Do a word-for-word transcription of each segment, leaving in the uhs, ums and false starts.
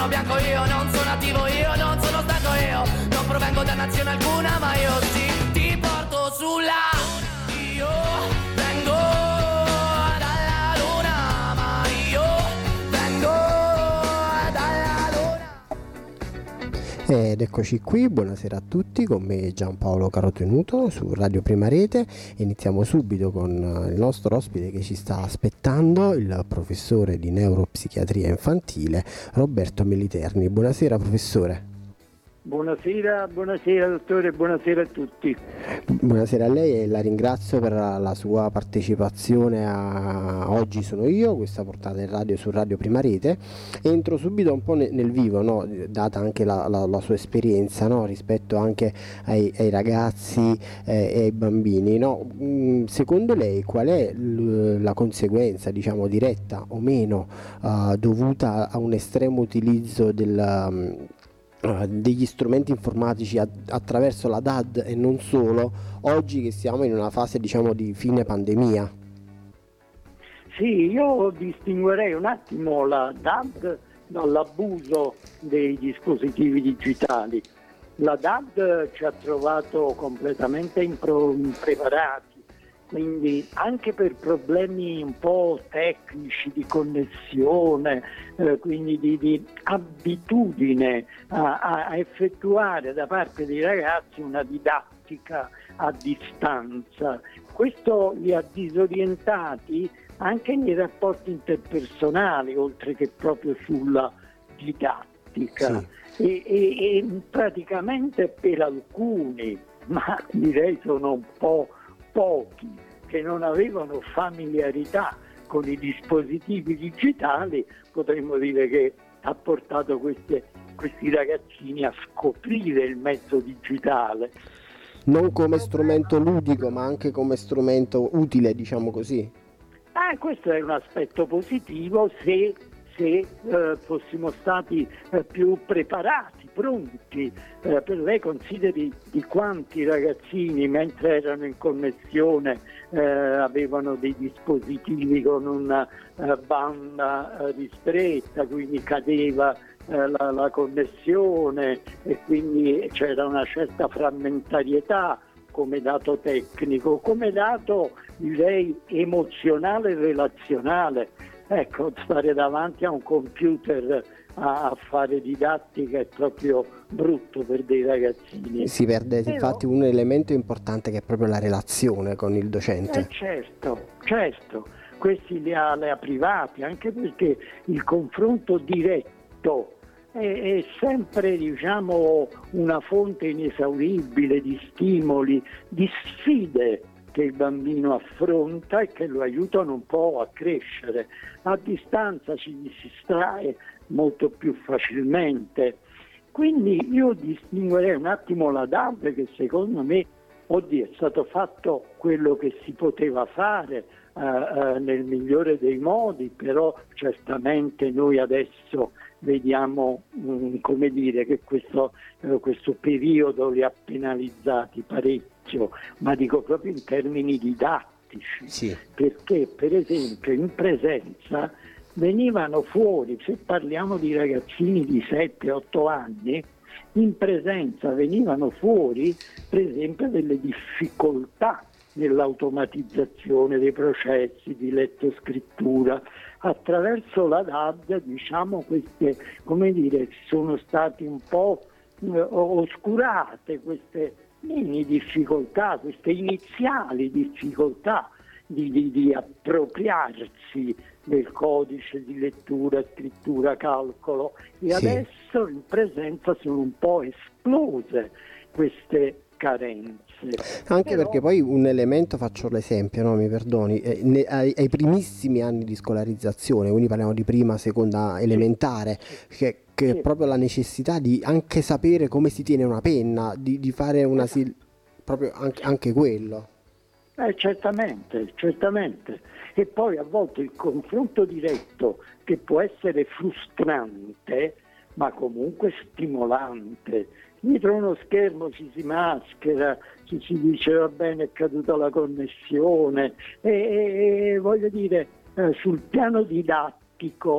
sono bianco io, non sono attivo io, non sono stanco io, non provengo da nazione alcuna, ma io sì, ti porto sulla. Io vengo dalla luna, ma io vengo dalla luna. Ed eccoci qui, buonasera a tutti, con me Giampaolo Carotenuto su Radio Prima Rete. Iniziamo subito con il nostro ospite che ci sta aspettando, il professore di neuropsichiatria infantile Roberto Militerni. Buonasera professore. Buonasera, buonasera dottore, buonasera a tutti. Buonasera a lei e la ringrazio per la sua partecipazione a Oggi sono io, questa portata in radio su Radio Prima Rete. Entro subito un po' nel vivo, no? Data anche la, la, la sua esperienza, no? Rispetto anche ai, ai ragazzi eh, e ai bambini, no? Secondo lei qual è l- la conseguenza, diciamo diretta o meno, uh, dovuta a un estremo utilizzo del... Um, Uh, degli strumenti informatici a- attraverso la D A D e non solo, oggi che siamo in una fase, diciamo, di fine pandemia? Sì, io distinguerei un attimo la D A D dall'abuso dei dispositivi digitali. La D A D ci ha trovato completamente impro- impreparati, quindi anche per problemi un po' tecnici di connessione, eh, quindi di, di abitudine a, a effettuare da parte dei ragazzi una didattica a distanza. Questo li ha disorientati anche nei rapporti interpersonali, oltre che proprio sulla didattica. Sì. E, e, e praticamente per alcuni, ma direi sono un po' pochi, che non avevano familiarità con i dispositivi digitali, potremmo dire che ha portato queste, questi ragazzini a scoprire il mezzo digitale. Non come strumento ludico, ma anche come strumento utile, diciamo così. Ah, questo è un aspetto positivo se, se eh, fossimo stati eh, più preparati, pronti. Eh, per lei consideri di quanti ragazzini mentre erano in connessione eh, avevano dei dispositivi con una eh, banda eh, ristretta, quindi cadeva eh, la, la connessione e quindi c'era una certa frammentarietà come dato tecnico, come dato direi emozionale e relazionale. Ecco, stare davanti a un computer a, a fare didattica è proprio brutto per dei ragazzini. Si perde Però, infatti un elemento importante che è proprio la relazione con il docente. Eh certo, certo, questi li ha, li ha privati, anche perché il confronto diretto è, è sempre, diciamo, una fonte inesauribile di stimoli, di sfide che il bambino affronta e che lo aiutano un po' a crescere. A distanza ci distrae molto più facilmente. Quindi io distinguerei un attimo la D A D, che secondo me, oddio, è stato fatto quello che si poteva fare eh, eh, nel migliore dei modi, però certamente noi adesso vediamo mh, come dire che questo, eh, questo periodo li ha penalizzati parecchio, ma dico proprio in termini didattici, sì. Perché per esempio in presenza venivano fuori, se parliamo di ragazzini di sette otto anni, in presenza venivano fuori per esempio delle difficoltà nell'automatizzazione dei processi di lettoscrittura. Attraverso la D A D, diciamo, queste, come dire, sono stati un po' eh, oscurate queste mini difficoltà, queste iniziali difficoltà di, di, di appropriarsi del codice di lettura, scrittura, calcolo, e sì. Adesso in presenza sono un po' esplose queste carenze. Anche Però... perché poi un elemento, faccio l'esempio, no, mi perdoni, eh, ne, ai, ai primissimi anni di scolarizzazione, quindi parliamo di prima, seconda elementare, sì. che, che sì. è proprio la necessità di anche sapere come si tiene una penna, di, di fare una sil- proprio anche, anche quello. Eh, certamente, certamente. E poi a volte il confronto diretto, che può essere frustrante, ma comunque stimolante. Dietro uno schermo ci si maschera, ci si dice va bene, è caduta la connessione e, e voglio dire, eh, sul piano didattico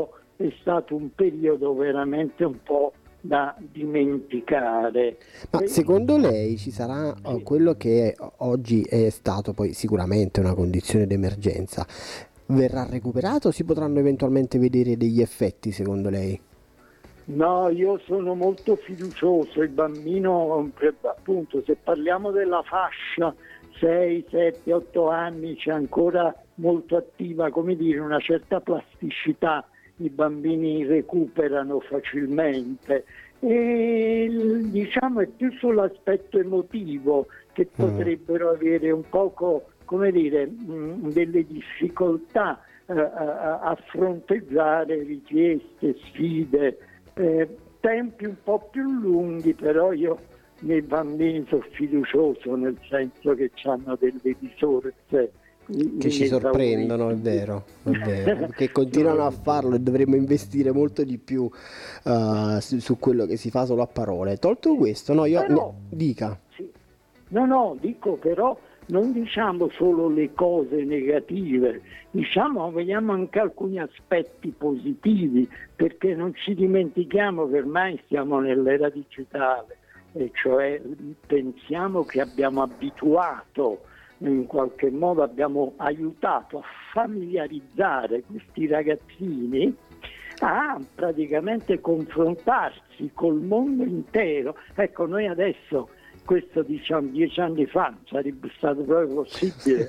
è stato un periodo veramente un po' da dimenticare. Ma E- secondo lei ci sarà eh, sì. quello che oggi è stato poi sicuramente una condizione d'emergenza, verrà recuperato o si potranno eventualmente vedere degli effetti secondo lei? No, io sono molto fiducioso, il bambino, per- appunto, se parliamo della fascia sei, sette, otto anni, c'è ancora molto attiva, come dire, una certa plasticità, i bambini recuperano facilmente e il- diciamo è più sull'aspetto emotivo che Mm. potrebbero avere un poco, come dire, mh, delle difficoltà eh, a, a fronteggiare richieste, sfide, eh, tempi un po' più lunghi, però io nei bambini sono fiducioso, nel senso che hanno delle risorse Che ci sorprendono, è inesauribili. vero, è vero, che continuano a farlo e dovremmo investire molto di più eh, su, su quello che si fa solo a parole. Tolto questo, no, io ne- Però, dica. sì. No, no, dico però non diciamo solo le cose negative, diciamo, vediamo anche alcuni aspetti positivi, perché non ci dimentichiamo che ormai siamo nell'era digitale, e cioè pensiamo che abbiamo abituato, in qualche modo abbiamo aiutato a familiarizzare questi ragazzini a praticamente confrontarsi col mondo intero. Ecco, noi adesso, questo diciamo dieci anni fa, non sarebbe stato proprio possibile.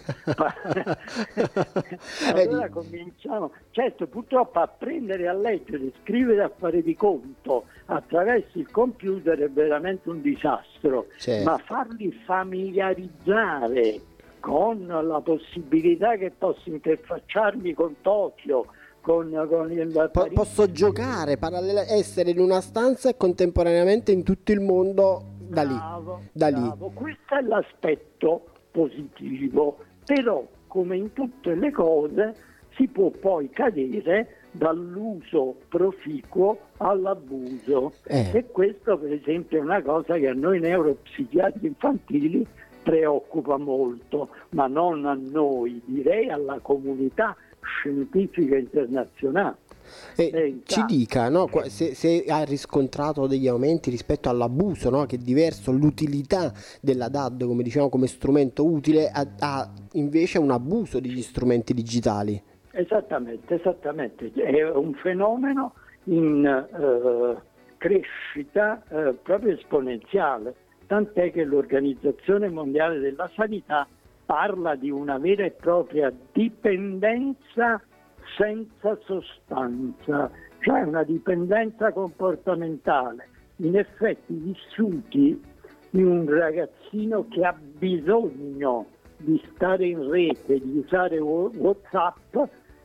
Allora cominciamo, certo, purtroppo apprendere a leggere, scrivere, a fare di conto attraverso il computer è veramente un disastro, Certo. ma farli familiarizzare con la possibilità che posso interfacciarmi con Tokyo, con, con il Po- Parigi. posso giocare, parallela- essere in una stanza e contemporaneamente in tutto il mondo da lì, Bravo, da lì. bravo. Questo è l'aspetto positivo, però come in tutte le cose si può poi cadere dall'uso proficuo all'abuso Eh. e questo per esempio è una cosa che a noi neuropsichiatri infantili preoccupa molto, ma non a noi, direi alla comunità scientifica internazionale. E Eh, ci già. dica, no, qua- se, se ha riscontrato degli aumenti rispetto all'abuso, no, che è diverso, l'utilità della D A D, come diciamo, come strumento utile, a, a invece un abuso degli strumenti digitali. Esattamente, esattamente, è un fenomeno in eh, crescita eh, proprio esponenziale, tant'è che l'Organizzazione Mondiale della Sanità parla di una vera e propria dipendenza senza sostanza, cioè una dipendenza comportamentale. In effetti vissuti di un ragazzino che ha bisogno di stare in rete, di usare WhatsApp,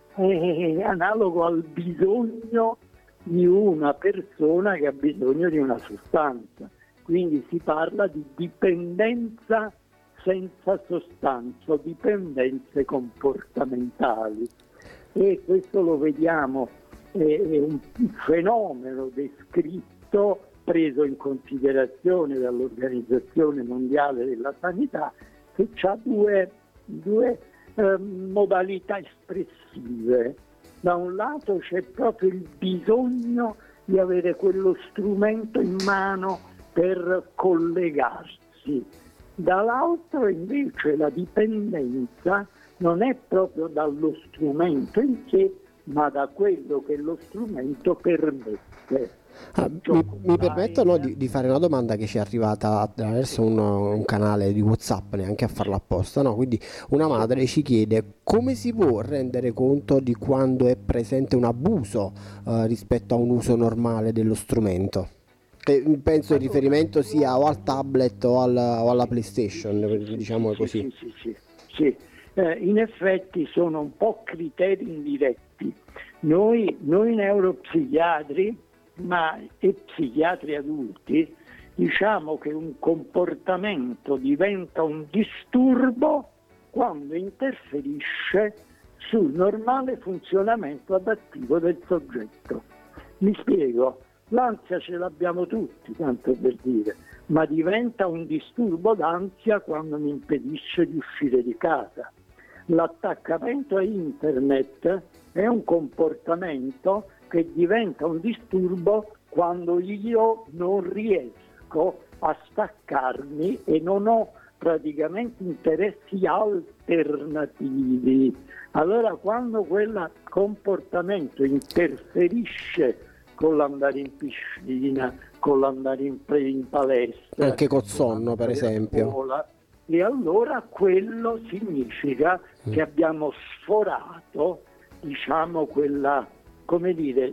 è analogo al bisogno di una persona che ha bisogno di una sostanza. Quindi si parla di dipendenza senza sostanza, dipendenze comportamentali. E questo lo vediamo, è un fenomeno descritto, preso in considerazione dall'Organizzazione Mondiale della Sanità, che ha due, due eh, modalità espressive. Da un lato c'è proprio il bisogno di avere quello strumento in mano per collegarsi, dall'altro invece la dipendenza non è proprio dallo strumento in sé, ma da quello che lo strumento permette. Ah, mi, mi permetto, no, di, di fare una domanda che ci è arrivata attraverso un, un canale di WhatsApp, neanche a farla apposta, no? Quindi una madre ci chiede come si può rendere conto di quando è presente un abuso eh, rispetto a un uso normale dello strumento. E penso il riferimento sia o al tablet o, al, o alla PlayStation, diciamo sì, così. Sì, sì, sì, sì. Eh, in effetti sono un po' criteri indiretti. Noi, noi neuropsichiatri, ma e psichiatri adulti, diciamo che un comportamento diventa un disturbo quando interferisce sul normale funzionamento adattivo del soggetto. Mi spiego, l'ansia ce l'abbiamo tutti, tanto per dire, ma diventa un disturbo d'ansia quando mi impedisce di uscire di casa. L'attaccamento a internet è un comportamento che diventa un disturbo quando io non riesco a staccarmi e non ho praticamente interessi alternativi. Allora quando quel comportamento interferisce con l'andare in piscina, con l'andare in, in palestra, anche col sonno per esempio, scuola, e allora quello significa mm. che abbiamo sforato, diciamo, quella, come dire,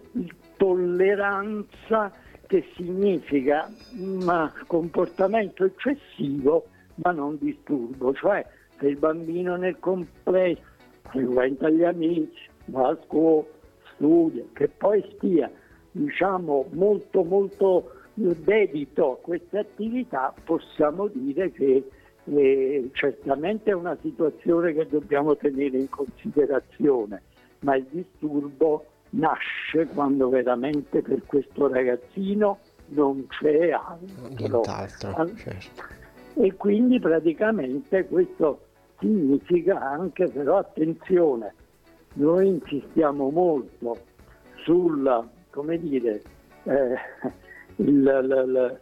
tolleranza, che significa un comportamento eccessivo ma non disturbo. Cioè, se il bambino nel complesso frequenta gli amici, va a scuola, studia, che poi stia, diciamo, molto molto dedito a queste attività, possiamo dire che eh, certamente è una situazione che dobbiamo tenere in considerazione, ma il disturbo nasce quando veramente per questo ragazzino non c'è altro. Nient'altro, certo. E quindi praticamente questo significa anche, però attenzione, noi insistiamo molto sulla, come dire, eh, il, la, la,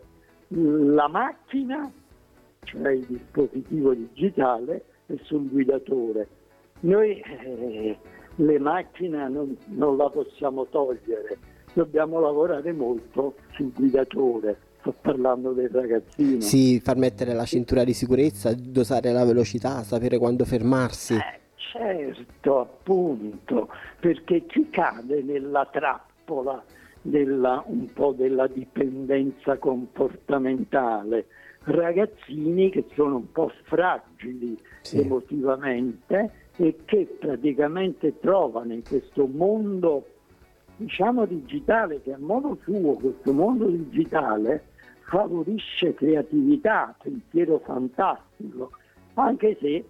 la macchina, cioè il dispositivo digitale, e sul guidatore. Noi eh, le macchine non, non la possiamo togliere, dobbiamo lavorare molto sul guidatore. Sto parlando del ragazzino. Sì, far mettere la cintura di sicurezza, dosare la velocità, sapere quando fermarsi. Eh, certo, appunto, perché chi cade nella trappola della, un po' della dipendenza comportamentale? Ragazzini che sono un po' fragili sì. emotivamente e che praticamente trovano in questo mondo, diciamo, digitale, che a modo suo questo mondo digitale favorisce creatività, pensiero fantastico, anche se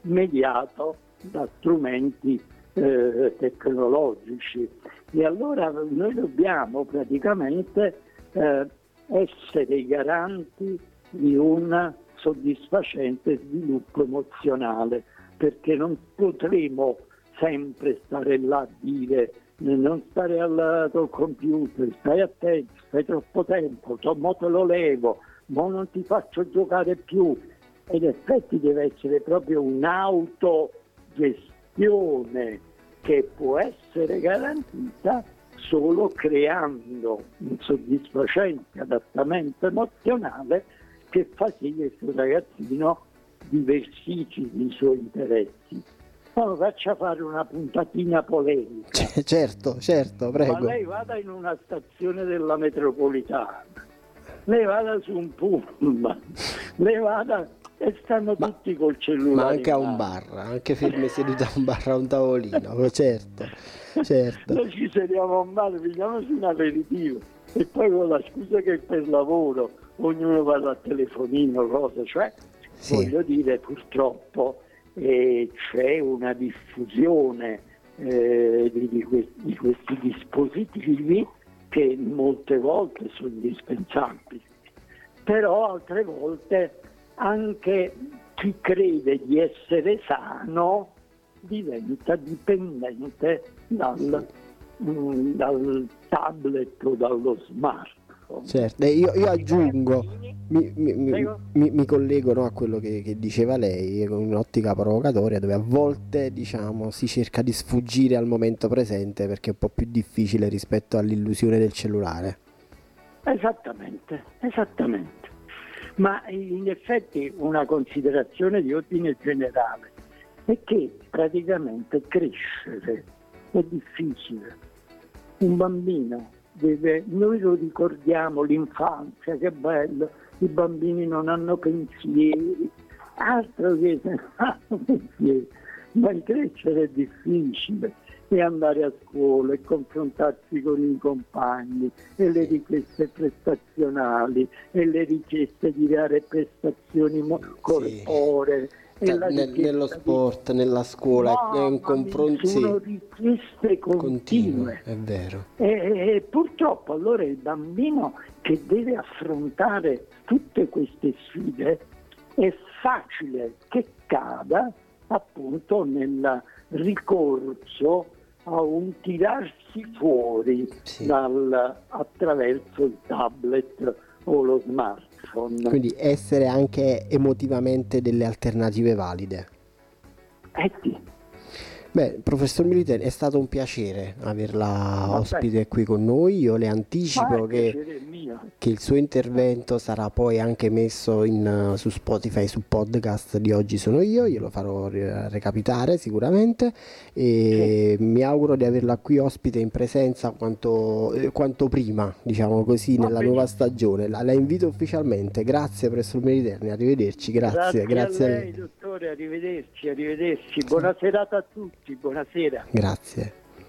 mediato da strumenti eh, tecnologici. E allora noi dobbiamo praticamente eh, essere i garanti di un soddisfacente sviluppo emozionale, perché non potremo sempre stare là a dire non stare al, al computer, stai attento, stai troppo tempo, mo te lo levo, mo non ti faccio giocare più. E in effetti deve essere proprio un'autogestione che può essere garantita solo creando un soddisfacente adattamento emozionale che fa sì che il ragazzino diversifichi i suoi interessi. Poi faccia fare una puntatina polemica. C- certo, certo, prego. Ma lei vada in una stazione della metropolitana, lei vada su un pullman, lei vada e stanno ma, tutti col cellulare. Ma anche a un bar, anche fermi seduti a un bar, a un tavolino, certo, certo. Noi ci sediamo a un bar, prendiamoci un aperitivo e poi con la scusa che per lavoro ognuno parla al telefonino, cosa, cioè sì. voglio dire, purtroppo eh, c'è una diffusione eh, di, di, questi, di questi dispositivi che molte volte sono indispensabili, però altre volte anche chi crede di essere sano diventa dipendente dal, mh, dal tablet o dallo smartphone. Certo, io, io aggiungo, mi, mi, mi, mi, mi collego no, a quello che, che diceva lei, con un'ottica provocatoria, dove a volte diciamo si cerca di sfuggire al momento presente perché è un po' più difficile rispetto all'illusione del cellulare. Esattamente, esattamente. Ma in effetti una considerazione di ordine generale è che praticamente crescere è difficile. Un bambino deve, noi lo ricordiamo, l'infanzia, che bello, i bambini non hanno pensieri, altro che non hanno pensieri, ma il crescere è difficile. E andare a scuola e confrontarsi con i compagni e le richieste prestazionali e le richieste di dare prestazioni corporee. Sì. Nel, nello sport, di... nella scuola, no, è un confronto. Sono richieste continue. continue è vero. E, e purtroppo allora il bambino che deve affrontare tutte queste sfide è facile che cada appunto nel ricorso a un tirarsi usciti fuori Sì. dal, attraverso il tablet o lo smartphone. Quindi essere anche emotivamente delle alternative valide. Eh sì. Beh, professor Milite, è stato un piacere averla Vabbè. ospite qui con noi. Io le anticipo Ma è che, piacere mio. che il suo intervento sarà poi anche messo in, uh, su Spotify, su podcast di Oggi Sono Io, glielo farò re- recapitare sicuramente e mi auguro di averla qui ospite in presenza quanto, eh, quanto prima, diciamo così, Va nella benissimo. nuova stagione. La, la invito ufficialmente. Grazie professor Militerni, arrivederci, grazie, Grazie a a lei, dottore, arrivederci, arrivederci. Buona serata a tutti, buonasera. Grazie.